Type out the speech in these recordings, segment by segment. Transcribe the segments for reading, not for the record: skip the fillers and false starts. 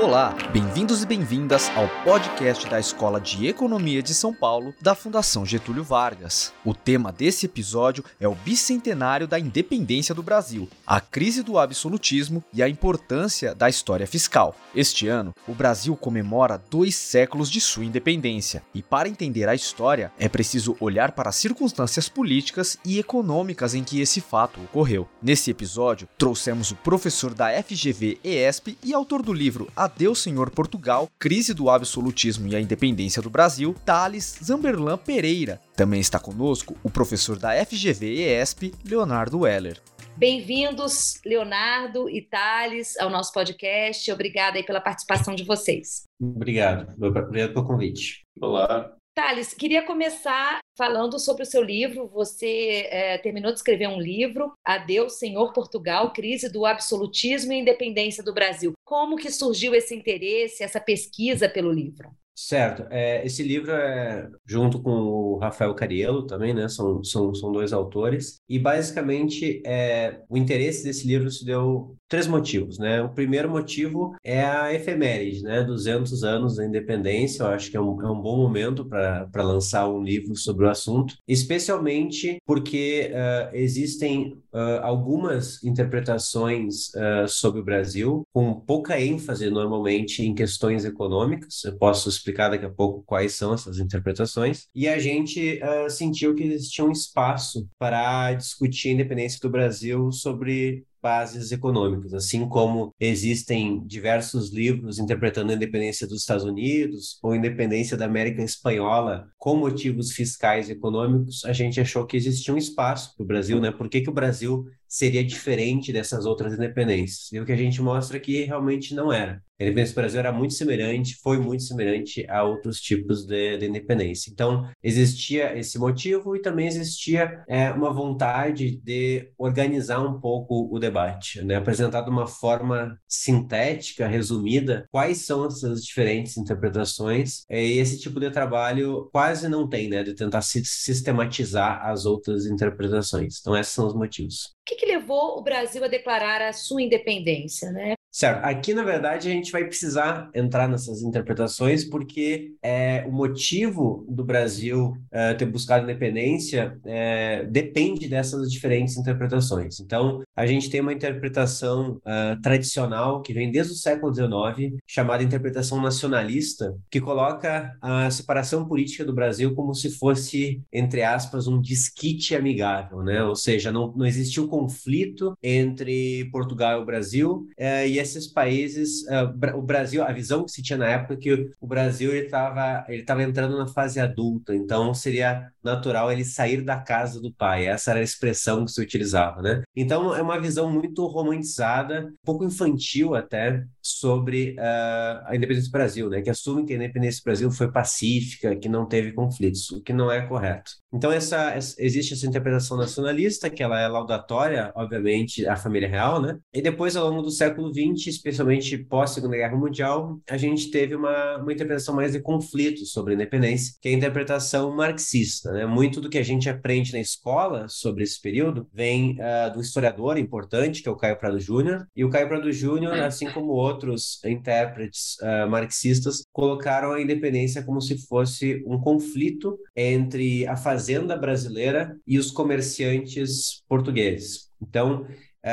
Olá, bem-vindos e bem-vindas ao podcast da Escola de Economia de São Paulo, da Fundação Getúlio Vargas. O tema desse episódio é o bicentenário da independência do Brasil, a crise do absolutismo e a importância da história fiscal. Este ano, o Brasil comemora 2 séculos de sua independência, e para entender a história, é preciso olhar para as circunstâncias políticas e econômicas em que esse fato ocorreu. Nesse episódio, trouxemos o professor da FGV-ESP e autor do livro Adeus Senhor Portugal, Crise do Absolutismo e a Independência do Brasil, Thales Zamberlan Pereira. Também está conosco o professor da FGV-ESP, Leonardo Weller. Bem-vindos, Leonardo e Thales, ao nosso podcast. Obrigada aí pela participação de vocês. Obrigado pelo convite. Olá. Thales, queria começar falando sobre o seu livro. Você terminou de escrever um livro, Adeus Senhor Portugal, Crise do Absolutismo e Independência do Brasil. Como que surgiu esse interesse, essa pesquisa pelo livro? Certo. Esse livro é junto com o Rafael Cariello também, né? São 2 autores. E, basicamente, o interesse desse livro se deu 3 motivos, né? O primeiro motivo é a efeméride, né? 200 anos da independência. Eu acho que é um bom momento para lançar um livro sobre o assunto, especialmente porque existem algumas interpretações sobre o Brasil, com pouca ênfase, normalmente, em questões econômicas. Eu posso explicar daqui a pouco quais são essas interpretações, e a gente sentiu que existia um espaço para discutir a independência do Brasil sobre bases econômicas, assim como existem diversos livros interpretando a independência dos Estados Unidos ou a independência da América Espanhola com motivos fiscais e econômicos. A gente achou que existia um espaço para o Brasil, né? Por que o Brasil seria diferente dessas outras independências? E o que a gente mostra que realmente não era. A independência do Brasil era muito semelhante, foi muito semelhante a outros tipos de independência. Então, existia esse motivo e também existia uma vontade de organizar um pouco o debate, né? Apresentar de uma forma sintética, resumida, quais são essas diferentes interpretações. E esse tipo de trabalho quase não tem, né? De tentar sistematizar as outras interpretações. Então, esses são os motivos. O que levou o Brasil a declarar a sua independência, né? Certo. Aqui, na verdade, a gente vai precisar entrar nessas interpretações porque o motivo do Brasil ter buscado independência depende dessas diferentes interpretações. Então, a gente tem uma interpretação tradicional que vem desde o século XIX, chamada interpretação nacionalista, que coloca a separação política do Brasil como se fosse, entre aspas, um desquite amigável, né? Ou seja, não existiu conflito entre Portugal e o Brasil, e esses países, o Brasil, a visão que se tinha na época é que o Brasil ele estava entrando na fase adulta, então seria natural ele sair da casa do pai. Essa era a expressão que se utilizava, né? Então é uma visão muito romantizada, um pouco infantil até, sobre a independência do Brasil, né? Que assume que a independência do Brasil foi pacífica, que não teve conflitos, o que não é correto. Então existe essa interpretação nacionalista, que ela é laudatória, obviamente, à família real, né? E depois, ao longo do século XX, especialmente pós-Segunda Guerra Mundial, a gente teve uma interpretação mais de conflito sobre a independência, que é a interpretação marxista, né? Muito do que a gente aprende na escola sobre esse período vem do historiador importante, que é o Caio Prado Júnior, e o Caio Prado Júnior, assim como outros intérpretes marxistas, colocaram a independência como se fosse um conflito entre a fazenda brasileira e os comerciantes portugueses. Então,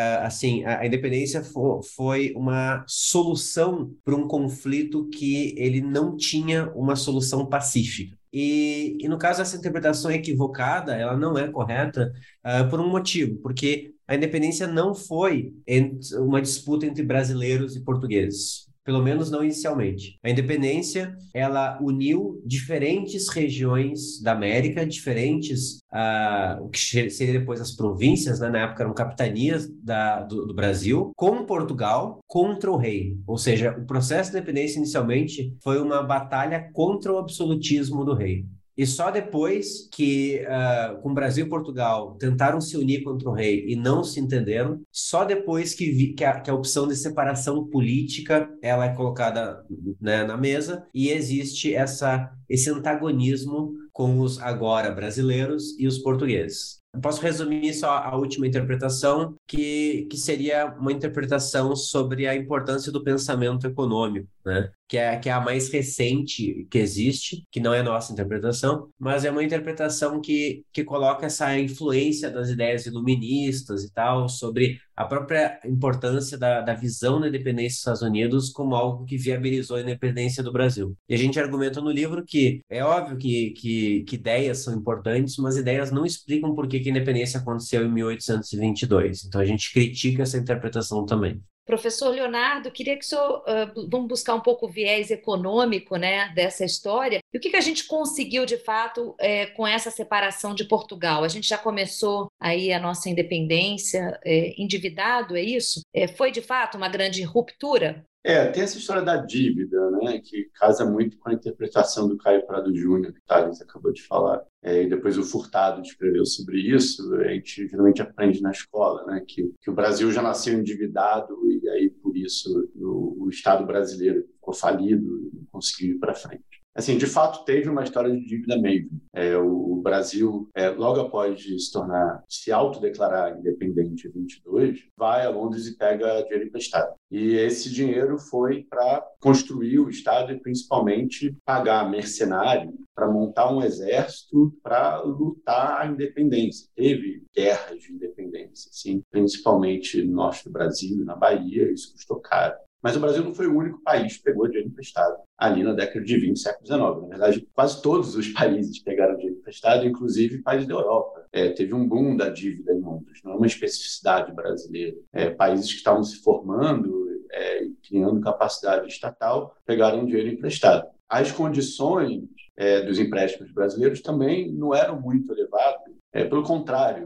a independência foi uma solução para um conflito que ele não tinha uma solução pacífica. E no caso, essa interpretação é equivocada, ela não é correta por um motivo, porque a independência não foi uma disputa entre brasileiros e portugueses. Pelo menos não inicialmente. A independência, ela uniu diferentes regiões da América, o que seria depois as províncias, né? Na época eram capitanias do Brasil, com Portugal contra o rei. Ou seja, o processo de independência inicialmente foi uma batalha contra o absolutismo do rei. E só depois que, com Brasil e Portugal, tentaram se unir contra o rei e não se entenderam, só depois que a opção de separação política ela é colocada, né, na mesa, e existe esse antagonismo com os agora brasileiros e os portugueses. Eu posso resumir só a última interpretação, que seria uma interpretação sobre a importância do pensamento econômico né? Que é a mais recente que existe, que não é nossa interpretação, mas é uma interpretação que coloca essa influência das ideias iluministas e tal, sobre a própria importância da visão da independência dos Estados Unidos como algo que viabilizou a independência do Brasil. E a gente argumenta no livro que é óbvio que ideias são importantes, mas ideias não explicam por que a independência aconteceu em 1822. Então a gente critica essa interpretação também. Professor Leonardo, queria que o senhor, vamos buscar um pouco o viés econômico, né, dessa história. E o que a gente conseguiu, de fato, com essa separação de Portugal? A gente já começou aí a nossa independência endividado, é isso? Foi, de fato, uma grande ruptura? Tem essa história da dívida, né, que casa muito com a interpretação do Caio Prado Júnior, que o Thales acabou de falar. E depois o Furtado escreveu sobre isso. A gente geralmente aprende na escola, né, que o Brasil já nasceu endividado e aí, por isso, o Estado brasileiro ficou falido e não conseguiu ir para frente. Assim, de fato, teve uma história de dívida mesmo. O Brasil, logo após se autodeclarar independente em 22, vai a Londres e pega dinheiro emprestado. E esse dinheiro foi para construir o Estado e, principalmente, pagar mercenário para montar um exército para lutar a independência. Teve guerras de independência, assim, principalmente no norte do Brasil, na Bahia, isso custou caro. Mas o Brasil não foi o único país que pegou dinheiro emprestado ali na década de 20, século XIX. Na verdade, quase todos os países pegaram dinheiro emprestado, inclusive países da Europa. Teve um boom da dívida em Londres, não é uma especificidade brasileira. Países que estavam se formando e criando capacidade estatal pegaram dinheiro emprestado. As condições dos empréstimos brasileiros também não eram muito elevadas. Pelo contrário,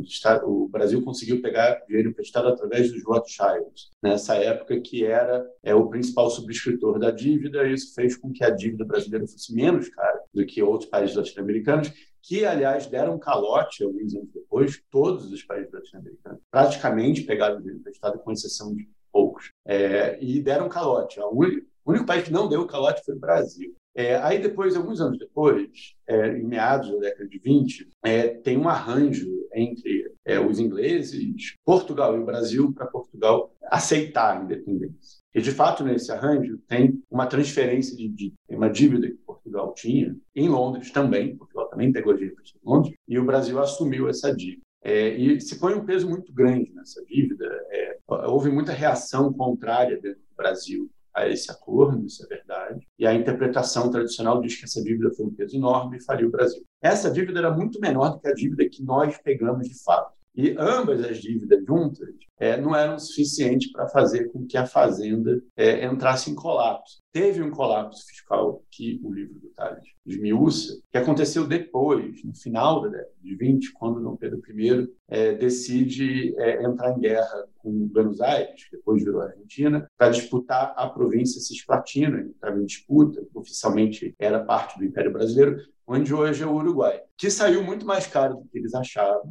o Brasil conseguiu pegar dinheiro emprestado através dos Rothschilds, nessa época que era o principal subscritor da dívida, e isso fez com que a dívida brasileira fosse menos cara do que outros países latino-americanos, que, aliás, deram calote alguns anos depois. Todos os países latino-americanos praticamente pegaram dinheiro emprestado, com exceção de poucos, e deram calote. O único país que não deu calote foi o Brasil. Aí depois, alguns anos depois, em meados da década de 20, tem um arranjo entre os ingleses, Portugal e o Brasil, para Portugal aceitar a independência. E, de fato, nesse arranjo tem uma transferência de uma dívida que Portugal tinha, em Londres também, Portugal também pegou dinheiro em Londres, e o Brasil assumiu essa dívida. E se põe um peso muito grande nessa dívida. Houve muita reação contrária dentro do Brasil a esse acordo, isso é verdade. E a interpretação tradicional diz que essa dívida foi um peso enorme e faliu o Brasil. Essa dívida era muito menor do que a dívida que nós pegamos de fato. E ambas as dívidas juntas não eram suficientes para fazer com que a Fazenda entrasse em colapso. Teve um colapso fiscal que o livro do Thales esmiuça, que aconteceu depois, no final da década de 20, quando Dom Pedro I decide entrar em guerra com Buenos Aires, que depois virou Argentina, para disputar a província cisplatina, que estava em disputa, oficialmente era parte do Império Brasileiro, onde hoje é o Uruguai, que saiu muito mais caro do que eles achavam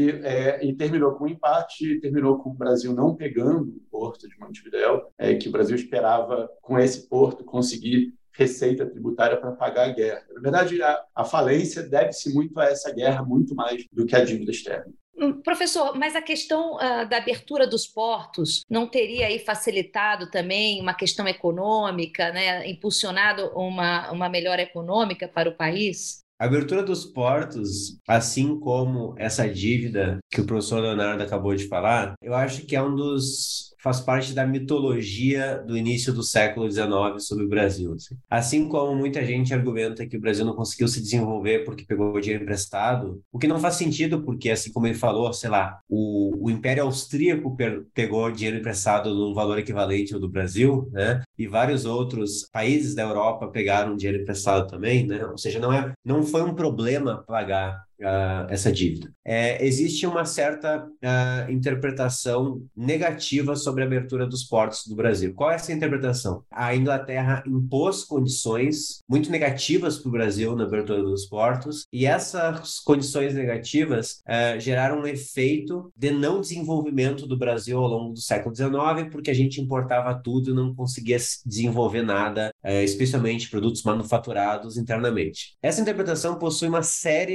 e terminou com um empate, terminou com o Brasil não pegando o porto de Montevidéu, que o Brasil esperava, com esse porto, conseguir receita tributária para pagar a guerra. Na verdade, a falência deve-se muito a essa guerra, muito mais do que a dívida externa. Professor, mas a questão da abertura dos portos não teria aí facilitado também uma questão econômica, né, impulsionado uma melhora econômica para o país? A abertura dos portos, assim como essa dívida que o professor Leonardo acabou de falar, eu acho que faz parte da mitologia do início do século XIX sobre o Brasil. Assim como muita gente argumenta que o Brasil não conseguiu se desenvolver porque pegou dinheiro emprestado, o que não faz sentido porque, assim como ele falou, sei lá, o Império Austríaco pegou dinheiro emprestado num valor equivalente ao do Brasil, né? E vários outros países da Europa pegaram dinheiro emprestado também, né? Ou seja, não foi um problema pagar essa dívida. Existe uma certa interpretação negativa sobre a abertura dos portos do Brasil. Qual é essa interpretação? A Inglaterra impôs condições muito negativas para o Brasil na abertura dos portos, e essas condições negativas geraram um efeito de não desenvolvimento do Brasil ao longo do século XIX, porque a gente importava tudo e não conseguia desenvolver nada, especialmente produtos manufaturados internamente. Essa interpretação possui uma série de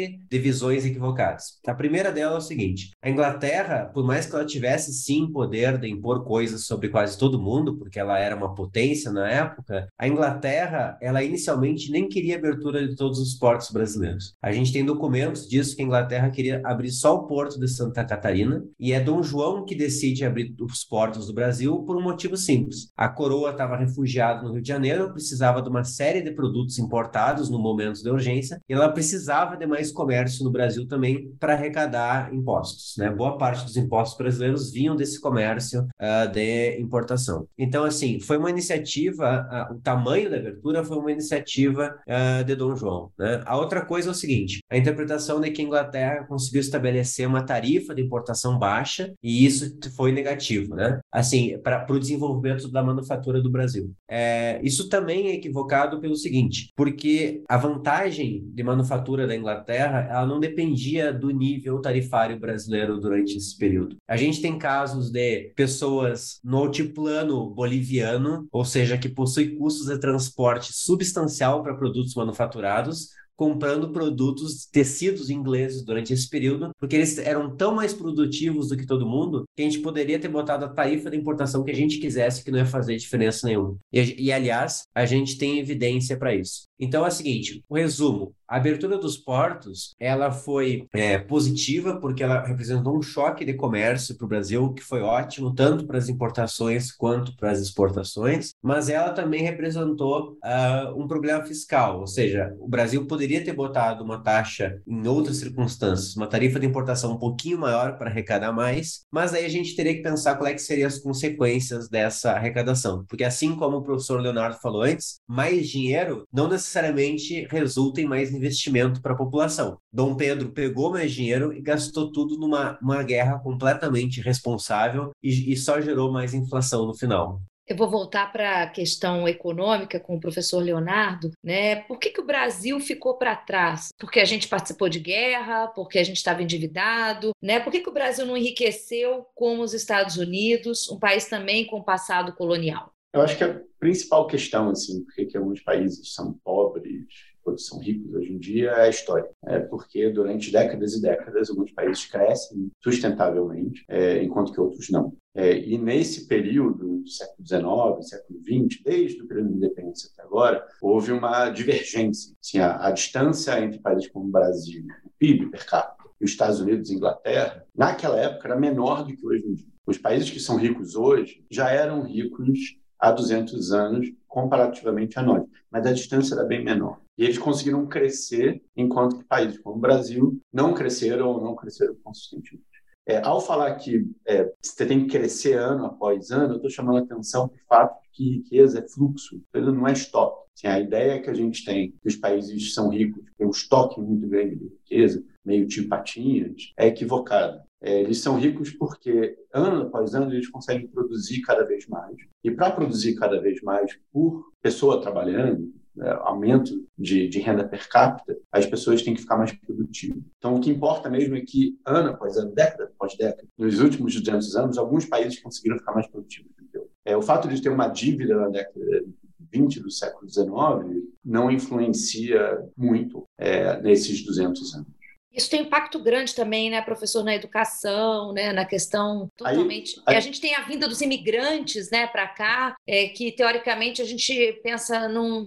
visões equivocadas. A primeira dela é o seguinte: a Inglaterra, por mais que ela tivesse sim poder de impor coisas sobre quase todo mundo, porque ela era uma potência na época, a Inglaterra, ela inicialmente nem queria abertura de todos os portos brasileiros. A gente tem documentos disso que a Inglaterra queria abrir só o porto de Santa Catarina, e é Dom João que decide abrir os portos do Brasil por um motivo simples. A coroa estava refugiada no Rio de Janeiro, precisava de uma série de produtos importados no momento de urgência, e ela precisava de mais comércio no Brasil também para arrecadar impostos, né? Boa parte dos impostos brasileiros vinham desse comércio de importação. Então, assim, foi uma iniciativa, o tamanho da abertura foi uma iniciativa de Dom João, né? A outra coisa é o seguinte: a interpretação de que a Inglaterra conseguiu estabelecer uma tarifa de importação baixa, e isso foi negativo, né? Assim, para o desenvolvimento da manufatura do Brasil. Isso também é equivocado pelo seguinte, porque a vantagem de manufatura da Inglaterra, ela não dependia do nível tarifário brasileiro durante esse período. A gente tem casos de pessoas no altiplano boliviano, ou seja, que possui custos de transporte substancial para produtos manufaturados, comprando produtos, tecidos ingleses durante esse período, porque eles eram tão mais produtivos do que todo mundo, que a gente poderia ter botado a tarifa de importação que a gente quisesse, que não ia fazer diferença nenhuma. Aliás, a gente tem evidência para isso. Então é o seguinte, o resumo: a abertura dos portos, ela foi positiva, porque ela representou um choque de comércio para o Brasil, que foi ótimo, tanto para as importações quanto para as exportações, mas ela também representou um problema fiscal, ou seja, o Brasil poderia ter botado uma taxa em outras circunstâncias, uma tarifa de importação um pouquinho maior para arrecadar mais, mas aí a gente teria que pensar qual é que seriam as consequências dessa arrecadação, porque assim como o professor Leonardo falou antes, mais dinheiro não necessariamente resulta em mais investimento para a população. Dom Pedro pegou mais dinheiro e gastou tudo numa guerra completamente irresponsável e só gerou mais inflação no final. Eu vou voltar para a questão econômica com o professor Leonardo, né? Por que o Brasil ficou para trás? Porque a gente participou de guerra, porque a gente estava endividado, né? Por que o Brasil não enriqueceu como os Estados Unidos, um país também com passado colonial? Eu acho que a principal questão, assim, por que alguns países são pobres, outros são ricos hoje em dia, é a história. Porque durante décadas e décadas, alguns países crescem sustentavelmente, enquanto que outros não. E nesse período, século XIX, século XX, desde o período da independência até agora, houve uma divergência. Assim, a distância entre países como o Brasil, o PIB per capita, e os Estados Unidos e a Inglaterra, naquela época era menor do que hoje em dia. Os países que são ricos hoje já eram ricos há 200 anos, comparativamente a nós, mas a distância era bem menor. E eles conseguiram crescer, enquanto que países como o Brasil não cresceram ou não cresceram consistentemente. Ao falar que você tem que crescer ano após ano, eu estou chamando a atenção para o fato de que riqueza é fluxo, ele não é estoque. Assim, a ideia que a gente tem que os países são ricos, têm um estoque muito grande de riqueza, meio tipo patinhas, é equivocada. Eles são ricos porque, ano após ano, eles conseguem produzir cada vez mais. E para produzir cada vez mais por pessoa trabalhando, aumento de renda per capita, as pessoas têm que ficar mais produtivas. Então, o que importa mesmo é que, ano após ano, década após década, nos últimos 200 anos, alguns países conseguiram ficar mais produtivos do que outros. O fato de ter uma dívida na década 20 do século XIX não influencia muito nesses 200 anos. Isso tem impacto grande também, né, professor, na educação, né, na questão totalmente... A gente tem a vinda dos imigrantes, né, para cá, que teoricamente a gente pensa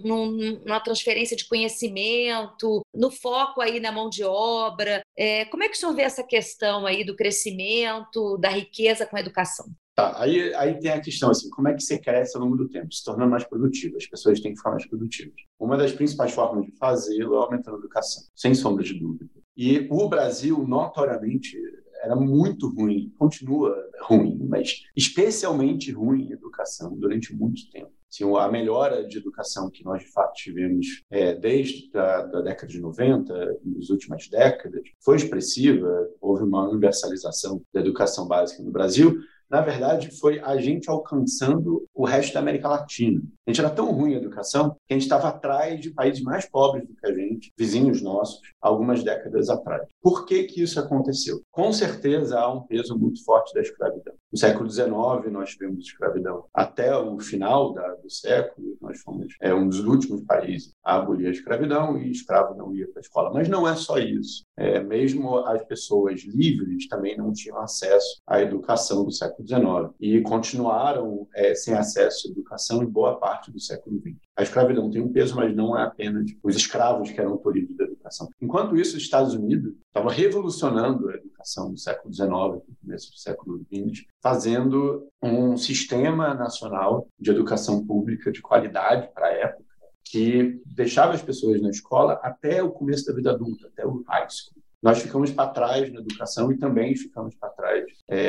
numa transferência de conhecimento, no foco aí na mão de obra. Como é que o senhor vê essa questão aí do crescimento, da riqueza com a educação? Tá, aí tem a questão, assim, como é que você cresce ao longo do tempo, se tornando mais produtivo? As pessoas têm que ficar mais produtivas. Uma das principais formas de fazê-lo é aumentando a educação, sem sombra de dúvida. E o Brasil, notoriamente, era muito ruim, continua ruim, mas especialmente ruim em educação durante muito tempo. Assim, a melhora de educação que nós, de fato, tivemos desde a década de 90, nas últimas décadas, foi expressiva, houve uma universalização da educação básica no Brasil. Na verdade, foi a gente alcançando o resto da América Latina. A gente era tão ruim em educação que a gente estava atrás de países mais pobres do que a gente, vizinhos nossos, algumas décadas atrás. Por que que isso aconteceu? Com certeza há um peso muito forte da escravidão. No século XIX, nós tivemos escravidão. Até o final do século, nós fomos um dos últimos países a abolir a escravidão e escravo não ia para a escola. Mas não é só isso. Mesmo as pessoas livres também não tinham acesso à educação do século XIX e continuaram sem acesso à educação em boa parte do século XX. A escravidão tem um peso, mas não é apenas os escravos que eram tolhidos da educação. Enquanto isso, os Estados Unidos estavam revolucionando a educação do século XIX, no começo do século XX, fazendo um sistema nacional de educação pública de qualidade para a época, que deixava as pessoas na escola até o começo da vida adulta, até o high school. Nós ficamos para trás na educação e também ficamos para trás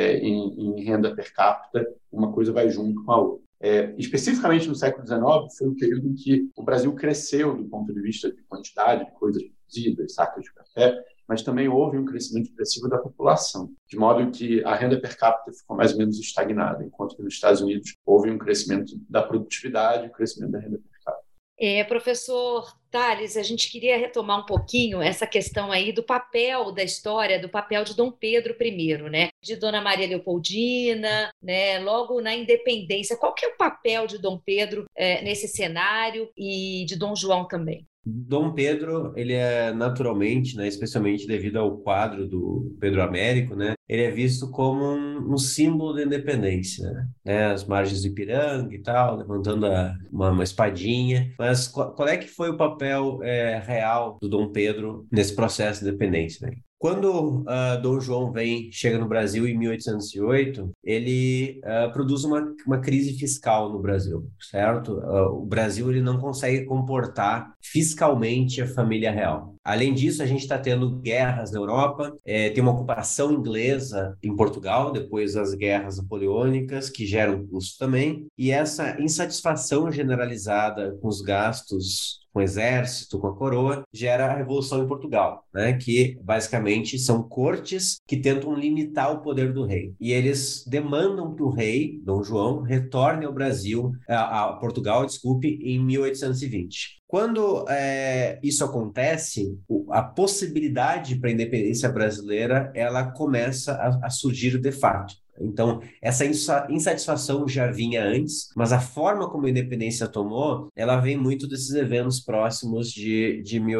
em renda per capita. Uma coisa vai junto com a outra. Especificamente no século XIX, foi o período em que o Brasil cresceu do ponto de vista de quantidade de coisas produzidas, sacas de café, mas também houve um crescimento expressivo da população, de modo que a renda per capita ficou mais ou menos estagnada, enquanto que nos Estados Unidos houve um crescimento da produtividade e um crescimento da renda per capita. Professor Tales, a gente queria retomar um pouquinho essa questão aí do papel da história, do papel de Dom Pedro I, né? De Dona Maria Leopoldina, né? Logo na independência. Qual que é o papel de Dom Pedro nesse cenário e de Dom João também? Dom Pedro, ele é naturalmente, né, especialmente devido ao quadro do Pedro Américo, né, ele é visto como um símbolo da independência, né, as margens do Ipiranga e tal, levantando uma espadinha. Mas qual é que foi o papel real do Dom Pedro nesse processo de independência, né? Quando Dom João chega no Brasil em 1808, ele produz uma crise fiscal no Brasil, certo? O Brasil ele não consegue comportar fiscalmente a família real. Além disso, a gente está tendo guerras na Europa, tem uma ocupação inglesa em Portugal, depois das guerras napoleônicas, que geram custo também, e essa insatisfação generalizada com os gastos com o exército, com a coroa, gera a Revolução em Portugal, né? Que basicamente são cortes que tentam limitar o poder do rei. E eles demandam que o rei, Dom João, retorne ao Brasil, a Portugal, desculpe, em 1820. Quando isso acontece, a possibilidade para a independência brasileira ela começa a surgir de fato. Então, essa insatisfação já vinha antes, mas a forma como a independência tomou, ela vem muito desses eventos próximos de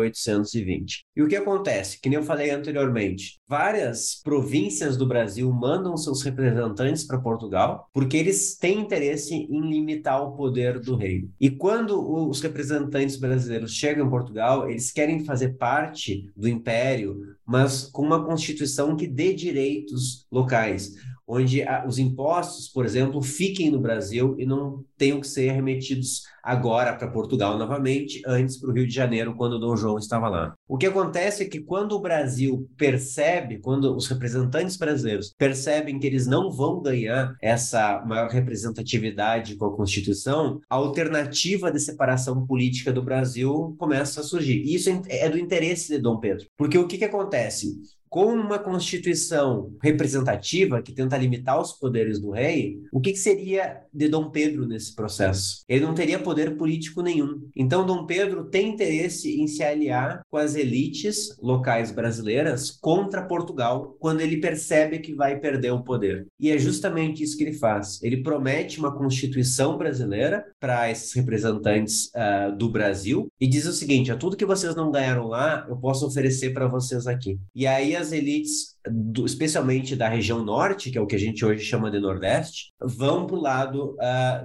1820. E o que acontece? Que nem eu falei anteriormente, várias províncias do Brasil mandam seus representantes para Portugal, porque eles têm interesse em limitar o poder do rei. E quando os representantes brasileiros chegam em Portugal, eles querem fazer parte do império, mas com uma constituição que dê direitos locais, onde os impostos, por exemplo, fiquem no Brasil e não tenham que ser remetidos agora para Portugal novamente, antes para o Rio de Janeiro, quando Dom João estava lá. O que acontece é que quando o Brasil percebe, quando os representantes brasileiros percebem que eles não vão ganhar essa maior representatividade com a Constituição, a alternativa de separação política do Brasil começa a surgir. E isso é do interesse de Dom Pedro. Porque o que acontece? Com uma Constituição representativa que tenta limitar os poderes do rei, o que seria de Dom Pedro nesse processo? Ele não teria poder político nenhum. Então, Dom Pedro tem interesse em se aliar com as elites locais brasileiras contra Portugal, quando ele percebe que vai perder o poder. E é justamente isso que ele faz. Ele promete uma Constituição brasileira para esses representantes do Brasil e diz o seguinte: tudo que vocês não ganharam lá, eu posso oferecer para vocês aqui. E aí as elites, especialmente da região norte, que é o que a gente hoje chama de Nordeste, vão para o lado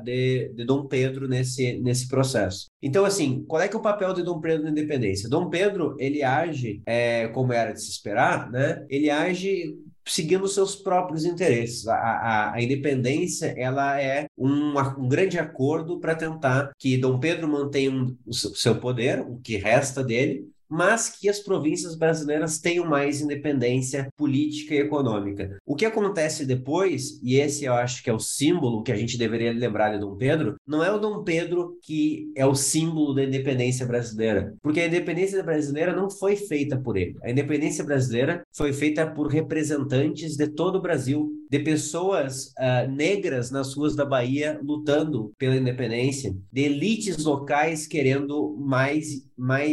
de Dom Pedro nesse processo. Então, assim, qual é que é o papel de Dom Pedro na independência? Dom Pedro, ele age, como era de se esperar, né? Ele age seguindo os seus próprios interesses. A independência ela é um grande acordo para tentar que Dom Pedro mantenha o seu poder, o que resta dele, mas que as províncias brasileiras tenham mais independência política e econômica. O que acontece depois, e esse eu acho que é o símbolo que a gente deveria lembrar de Dom Pedro, não é o Dom Pedro que é o símbolo da independência brasileira, porque a independência brasileira não foi feita por ele. A independência brasileira foi feita por representantes de todo o Brasil, de pessoas negras nas ruas da Bahia lutando pela independência, de elites locais querendo mais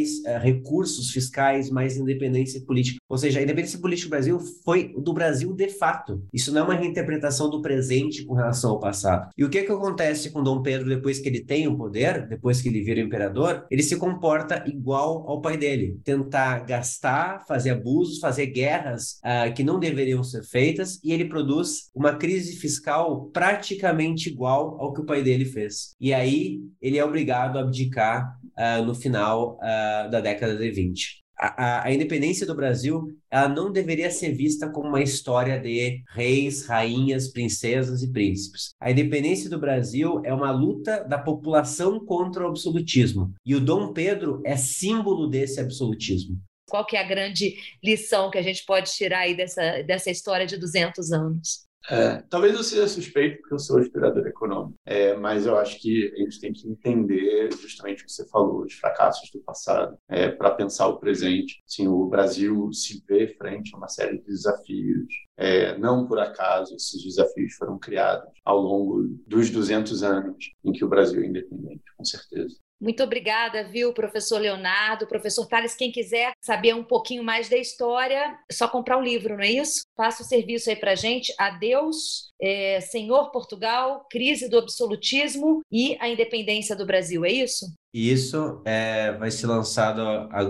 recursos fiscais, mais independência política. Ou seja, a independência política do Brasil foi do Brasil de fato. Isso não é uma reinterpretação do presente com relação ao passado. E o que acontece com Dom Pedro depois que ele tem o poder, depois que ele vira imperador? Ele se comporta igual ao pai dele. Tentar gastar, fazer abusos, fazer guerras que não deveriam ser feitas, e ele produz uma crise fiscal praticamente igual ao que o pai dele fez. E aí ele é obrigado a abdicar no final da década de 20. A independência do Brasil, ela não deveria ser vista como uma história de reis, rainhas, princesas e príncipes. A independência do Brasil é uma luta da população contra o absolutismo. E o Dom Pedro é símbolo desse absolutismo. Qual que é a grande lição que a gente pode tirar aí dessa história de 200 anos? Talvez eu seja suspeito porque eu sou historiador econômico, mas eu acho que a gente tem que entender justamente o que você falou, os fracassos do passado, para pensar o presente. Assim, o Brasil se vê frente a uma série de desafios. Não por acaso esses desafios foram criados ao longo dos 200 anos em que o Brasil é independente, com certeza. Muito obrigada, viu, professor Leonardo, professor Tales. Quem quiser saber um pouquinho mais da história, é só comprar o livro, não é isso? Faça o serviço aí pra gente. Adeus, Senhor Portugal, Crise do Absolutismo e a Independência do Brasil, é isso? Isso vai ser lançado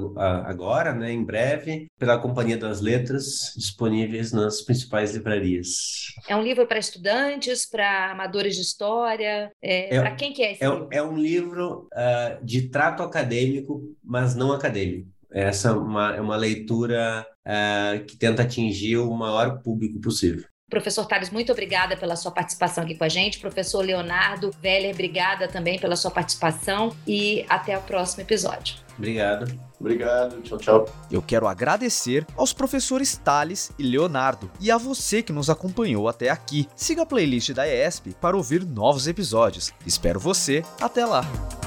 agora, né, em breve, pela Companhia das Letras, disponíveis nas principais livrarias. É um livro para estudantes, para amadores de história? Para quem que é esse livro? É um livro de trato acadêmico, mas não acadêmico. Essa é uma leitura que tenta atingir o maior público possível. Professor Tales, muito obrigada pela sua participação aqui com a gente. Professor Leonardo Weller, obrigada também pela sua participação e até o próximo episódio. Obrigado. Obrigado, tchau, tchau. Eu quero agradecer aos professores Tales e Leonardo e a você que nos acompanhou até aqui. Siga a playlist da ESP para ouvir novos episódios. Espero você, até lá!